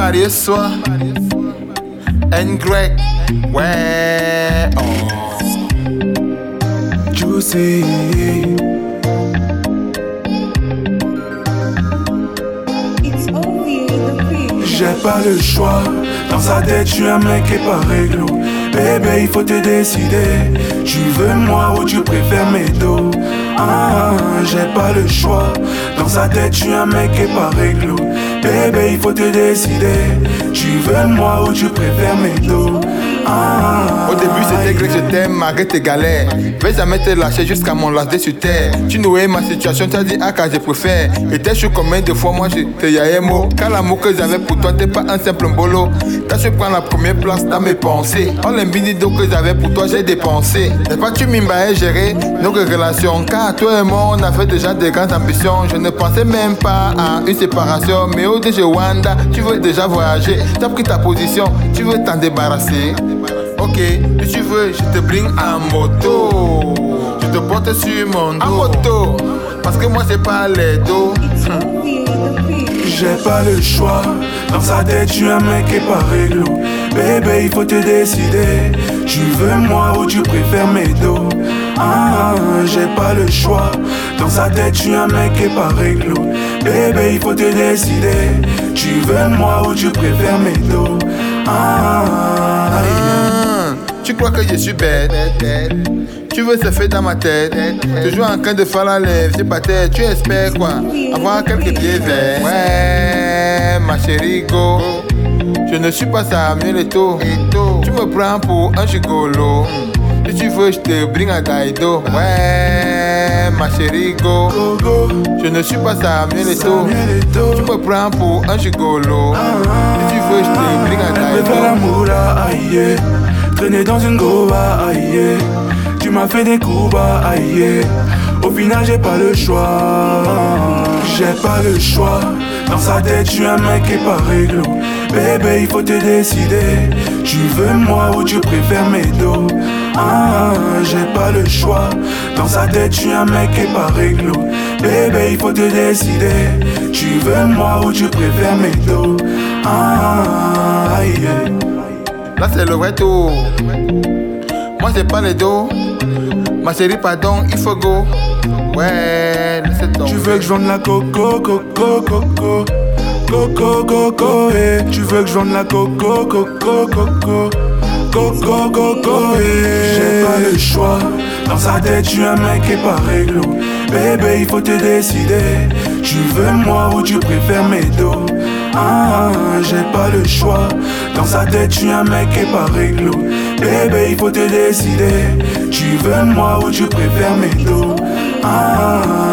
marier ce soir. N-Greg, ouais, oh. Juicy. J'ai pas le choix, dans sa tête je suis un mec qui est pas réglo. Bébé il faut te décider, tu veux moi ou tu préfères mes dos. J'ai pas le choix, dans sa tête je suis un mec qui est pas réglo. Bébé il faut te décider, tu veux moi ou tu préfères mes dos. Au début c'était que je t'aime malgré tes galères. Vais jamais te lâcher jusqu'à mon lâcher sur terre. Tu nouais ma situation, tu as dit ah car je préfère. Et t'es sûr combien de fois moi je te yaïe mot. Car l'amour que j'avais pour toi t'es pas un simple bolo. T'as su prendre la première place dans mes pensées. Oh les d'eau que j'avais pour toi j'ai dépensé. N'est pas tu m'imbaais gérer nos relations. Car toi et moi on avait déjà de grandes ambitions. Je ne pensais même pas à une séparation. Mais au DG Wanda tu veux déjà voyager. T'as pris ta position, tu veux t'en débarrasser. Ok, si tu veux, je te bring en moto. Je te porte sur mon dos. En moto, parce que moi c'est pas les dos. J'ai pas le choix, dans sa tête je suis un mec qui est pas réglo. Bébé il faut te décider, tu veux moi ou tu préfères mes dos. J'ai pas le choix, dans sa tête je suis un mec qui est pas réglo. Bébé il faut te décider, tu veux moi ou tu préfères mes dos. Tu crois que je suis bête? Tu veux se faire dans ma tête? Toujours en train de faire la lèvre, c'est pas tête. Tu espères quoi? Avoir quelques pieds verts? Ouais, ma chérie, go. Je ne suis pas Samuel Eto'o. Tu me prends pour un gigolo. Si tu veux, je te bring à Gaido. Ouais, ma chérie, go. Je ne suis pas Samuel Eto'o. Tu me prends pour un gigolo. Si tu veux, je te bring à Gaido. Faire l'amour là, aïe. Traîner dans une goa, aïe. Tu m'as fait des coups bas, aïe. Au final j'ai pas le choix. J'ai pas le choix. Dans sa tête je suis un mec qui est pas réglo. Bébé il faut te décider, tu veux moi ou tu préfères mes dos. J'ai pas le choix. Dans sa tête je suis un mec qui est pas réglo. Bébé il faut te décider, tu veux moi ou tu préfères mes dos. Là c'est le vrai tour. Moi c'est pas les dos. Ma chérie pardon, il faut go. Ouais, laisse tomber. Tu veux que je vende la coco, coco, coco. Coco, coco, eh. Tu veux que je vende la coco, coco, coco. Coco, coco, eh. J'ai pas le choix. Dans sa tête, je suis un mec qui est pas réglo. Bébé, il faut te décider. Tu veux moi ou tu préfères mes dos. J'ai pas le choix. Dans sa tête, je suis un mec qui est pas réglo. Bébé, il faut te décider. Tu veux moi ou tu préfères mes dos.